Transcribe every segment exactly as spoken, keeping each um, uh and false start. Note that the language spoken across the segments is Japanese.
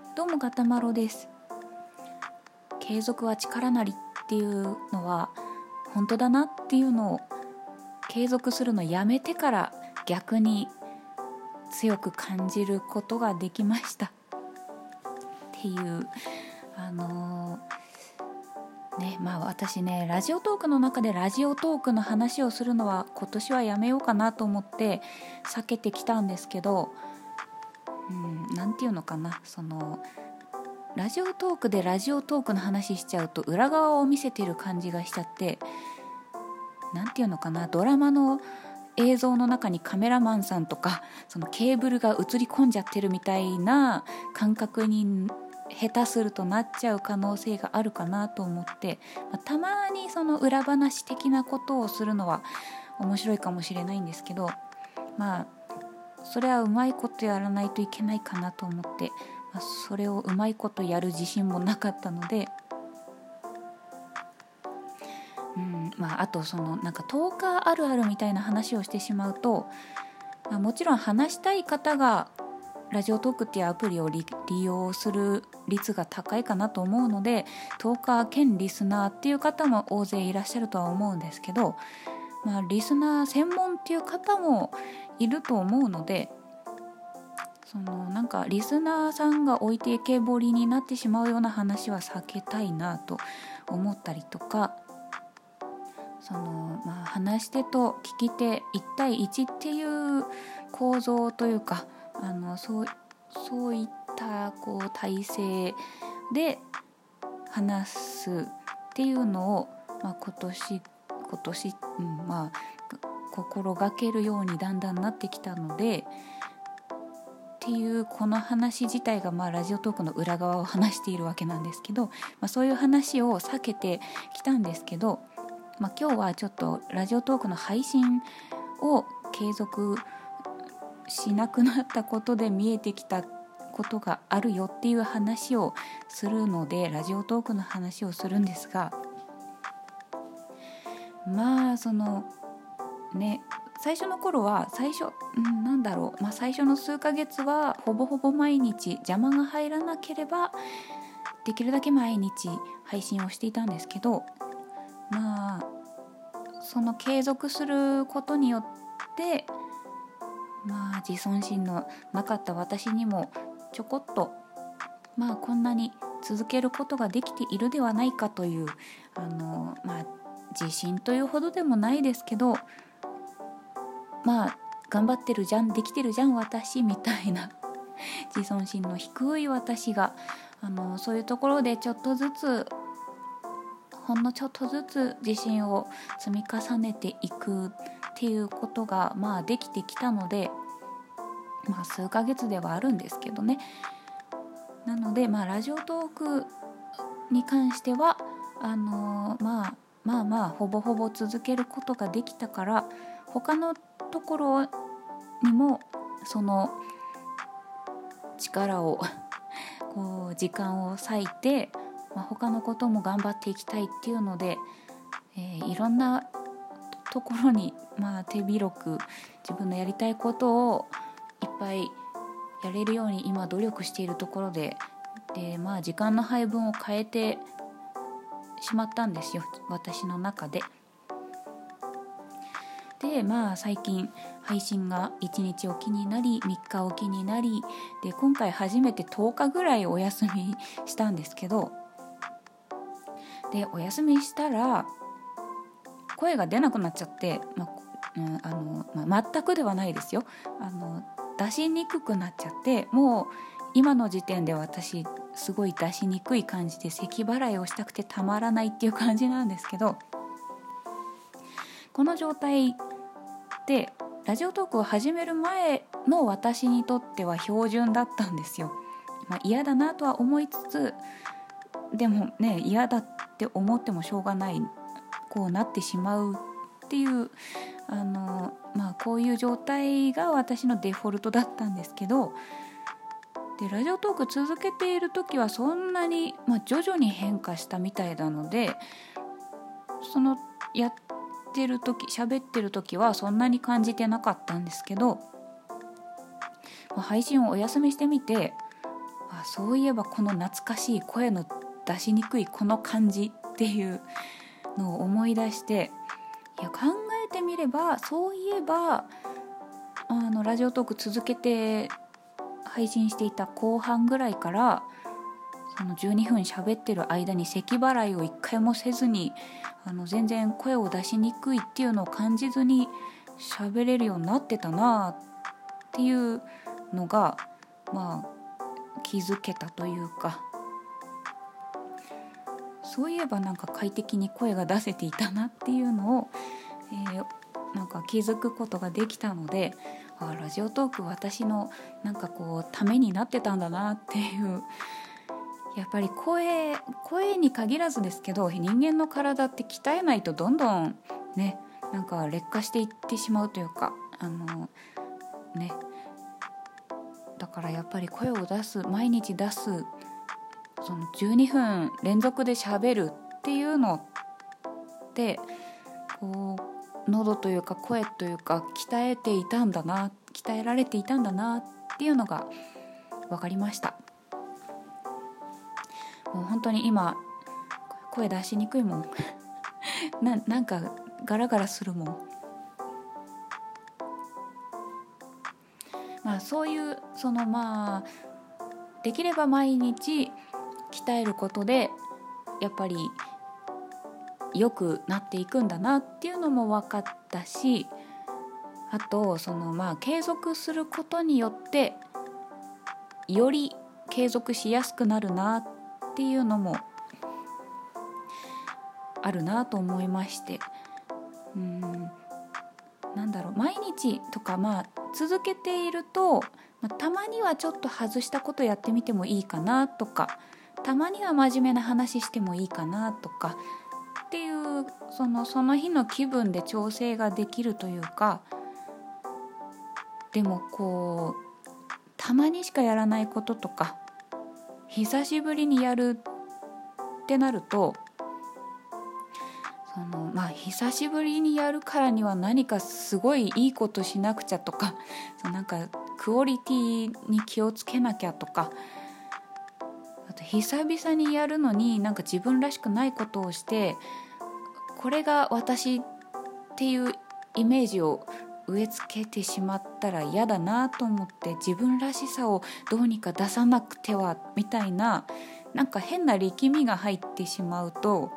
どうもガタマロです。継続は力なりっていうのは本当だなっていうのを継続するのやめてから逆に強く感じることができましたっていうあのー、ねまあ私ねラジオトークの中でラジオトークの話をするのは今年はやめようかなと思って避けてきたんですけど、うん、なんていうのかなそのラジオトークでラジオトークの話しちゃうと裏側を見せてる感じがしちゃって、なんていうのかなドラマの映像の中にカメラマンさんとかそのケーブルが映り込んじゃってるみたいな感覚に下手するとなっちゃう可能性があるかなと思って、まあ、たまにその裏話的なことをするのは面白いかもしれないんですけど、まあそれはうまいことやらないといけないかなと思って、まあ、それをうまいことやる自信もなかったので、うんまあ、あとそのなんかトーカーあるあるみたいな話をしてしまうと、まあ、もちろん話したい方がラジオトークっていうアプリを 利, 利用する率が高いかなと思うので、トーカー兼リスナーっていう方も大勢いらっしゃるとは思うんですけど、まあ、リスナー専門っていう方もいると思うので、そのなんかリスナーさんが置いてけぼりになってしまうような話は避けたいなと思ったりとか、その、まあ、話し手と聞き手いち対いちっていう構造というか、あの そう、そういったこう体制で話すっていうのを、まあ、今年今年、うんまあ、心がけるようにだんだんなってきたのでっていうこの話自体がまあラジオトークの裏側を話しているわけなんですけど、まあ、そういう話を避けてきたんですけど、まあ、今日はちょっとラジオトークの配信を継続しなくなったことで見えてきたことがあるよっていう話をするので、ラジオトークの話をするんですが、まあそのね最初の頃は最初、うん、なんだろう、まあ、最初の数ヶ月はほぼほぼ毎日邪魔が入らなければできるだけ毎日配信をしていたんですけど、まあその継続することによってまあ自尊心のなかった私にもちょこっとまあこんなに続けることができているではないかというあのまあ自信というほどでもないですけど、まあ頑張ってるじゃんできてるじゃん私みたいな自尊心の低い私があのそういうところでちょっとずつほんのちょっとずつ自信を積み重ねていくっていうことがまあできてきたので、まあ数ヶ月ではあるんですけどね。なのでまあラジオトークに関してはあのー、まあまあまあほぼほぼ続けることができたから、他のところにもその力をこう時間を割いて、まあ、他のことも頑張っていきたいっていうので、えー、いろんなところに、まあ、手広く自分のやりたいことをいっぱいやれるように今努力しているところで、で、まあ、時間の配分を変えてしまったんですよ、私の中で。でまあ最近配信がいちにちおきになりみっかおきになりで、今回初めてとおかぐらいお休みしたんですけど、でお休みしたら声が出なくなっちゃって、まうん、あのまあ、全くではないですよ、あの出しにくくなっちゃって、もう今の時点で私すごい出しにくい感じで咳払いをしたくてたまらないっていう感じなんですけど、この状態でラジオトークを始める前の私にとっては標準だったんですよ。まあ、嫌だなとは思いつつ、でもね嫌だって思ってもしょうがない、こうなってしまうっていうあの、まあ、こういう状態が私のデフォルトだったんですけど、でラジオトーク続けている時はそんなに、まあ、徐々に変化したみたいなので、そのやってる時喋ってる時はそんなに感じてなかったんですけど、配信をお休みしてみて、 あ、そういえばこの懐かしい声の出しにくいこの感じっていうのを思い出して、いや考えてみればそういえばあのラジオトーク続けて配信していた後半ぐらいからそのじゅうにふん喋ってる間に咳払いを一回もせずにあの全然声を出しにくいっていうのを感じずに喋れるようになってたなっていうのがまあ気づけたというか、そういえばなんか快適に声が出せていたなっていうのを、えー、なんか気づくことができたので、あ、ラジオトーク私のなんかこうためになってたんだなっていう。やっぱり声声に限らずですけど、人間の体って鍛えないとどんどんねなんか劣化していってしまうというか、あのねだからやっぱり声を出す、毎日出す、そのじゅうにふん連続で喋るっていうのってこう喉というか声というか鍛えていたんだな、鍛えられていたんだなっていうのが分かりました。もう本当に今声出しにくいもんな, なんかガラガラするもん。まあそういうそのまあできれば毎日鍛えることでやっぱり良くなっていくんだなっていうのも分かったし、あとそのまあ継続することによってより継続しやすくなるなっていうのもあるなと思いまして、うーんなんだろう、毎日とかまあ続けていると、まあ、たまにはちょっと外したことやってみてもいいかなとか、たまには真面目な話してもいいかなとかっていうそのその日の気分で調整ができるというか、でもこうたまにしかやらないこととか久しぶりにやるってなると、そのまあ久しぶりにやるからには何かすごいいいことしなくちゃとか、そのなんかクオリティに気をつけなきゃとか、あと久々にやるのになんか自分らしくないことをして、これが私っていうイメージを植え付けてしまったら嫌だなと思って、自分らしさをどうにか出さなくてはみたいな、なんか変な力みが入ってしまうと、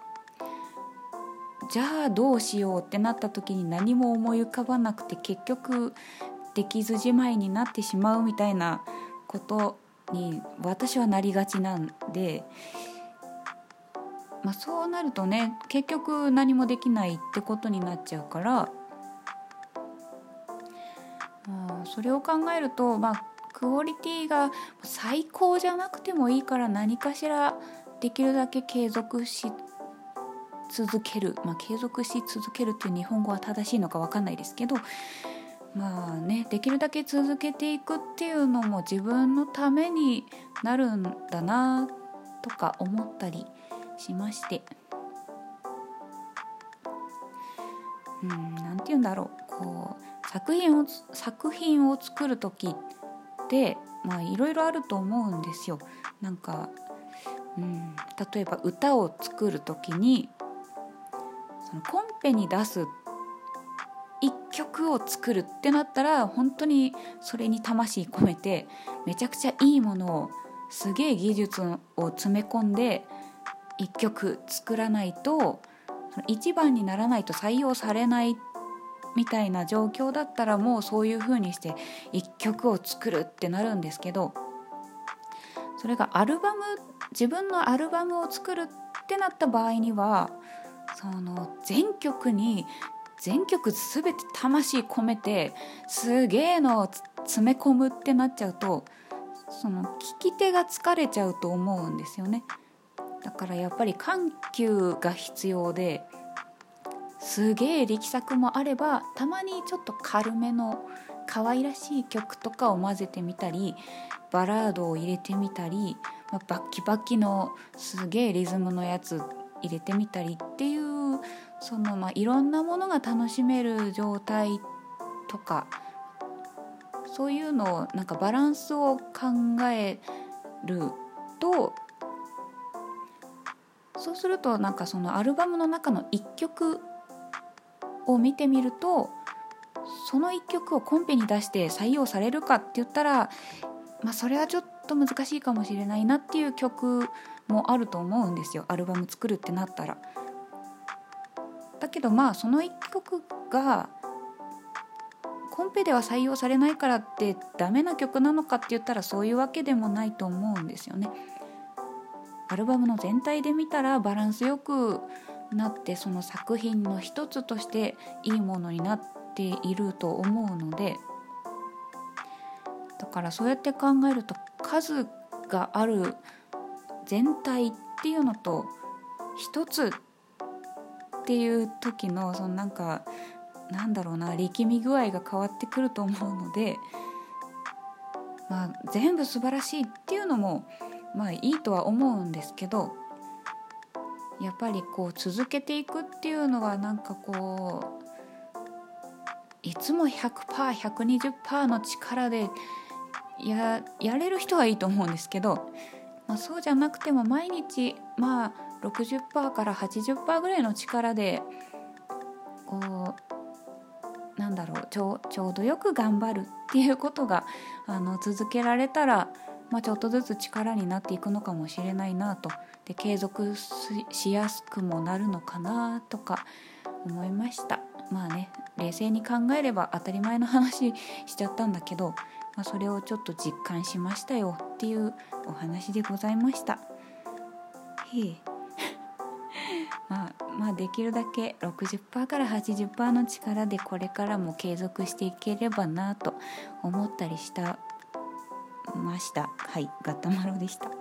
じゃあどうしようってなった時に何も思い浮かばなくて結局できずじまいになってしまうみたいなことに私はなりがちなんで、まあ、そうなるとね結局何もできないってことになっちゃうから、まあ、それを考えると、まあ、クオリティが最高じゃなくてもいいから何かしらできるだけ継続し続ける、まあ、継続し続けるっていう日本語は正しいのか分かんないですけど、まあね、できるだけ続けていくっていうのも自分のためになるんだなとか思ったりしまして、うん、なんて言うんだろう、こう作品を作品を作る時ってまあいろいろあると思うんですよ。なんか、うん、例えば歌を作る時にそのコンペに出す一曲を作るってなったら本当にそれに魂込めてめちゃくちゃいいものをすげえ技術を詰め込んで一曲作らないと一番にならないと採用されないみたいな状況だったらもうそういう風にして一曲を作るってなるんですけど、それがアルバム自分のアルバムを作るってなった場合にはその全曲に全曲すべて魂込めてすげえのを詰め込むってなっちゃうとその聞き手が疲れちゃうと思うんですよね。だからやっぱり緩急が必要で、すげえ力作もあればたまにちょっと軽めの可愛らしい曲とかを混ぜてみたりバラードを入れてみたり、まあ、バッキバキのすげえリズムのやつ入れてみたりっていうそのまあいろんなものが楽しめる状態とか、そういうのをなんかバランスを考えると、そうするとなんかそのアルバムの中のいっきょくを見てみると、そのいっきょくをコンペに出して採用されるかって言ったら、まあ、それはちょっと難しいかもしれないなっていう曲もあると思うんですよ、アルバム作るってなったら。だけどまあそのいっきょくがコンペでは採用されないからってダメな曲なのかって言ったらそういうわけでもないと思うんですよね。アルバムの全体で見たらバランスよくなって、その作品の一つとしていいものになっていると思うので、だからそうやって考えると数がある全体っていうのと一つっていう時のそのなんかなんだろうな力み具合が変わってくると思うので、まあ、全部素晴らしいっていうのもまあいいとは思うんですけど、やっぱりこう続けていくっていうのはなんかこういつも ひゃくパーセント、ひゃくにじゅっパーセント の力で や, やれる人はいいと思うんですけど、まあ、そうじゃなくても毎日まあ ろくじゅっパーセント から はちじゅっパーセント ぐらいの力でこうなんだろうち ょ, ちょうどよく頑張るっていうことがあの続けられたら、まあ、ちょっとずつ力になっていくのかもしれないなと、で継続 し, しやすくもなるのかなとか思いました。まあね、冷静に考えれば当たり前の話しちゃったんだけど、まあ、それをちょっと実感しましたよっていうお話でございました。へえまあ、まあできるだけ ろくじゅっパーセント から はちじゅっパーセント の力でこれからも継続していければなと思ったりしたました。はい、ガッタマロでした。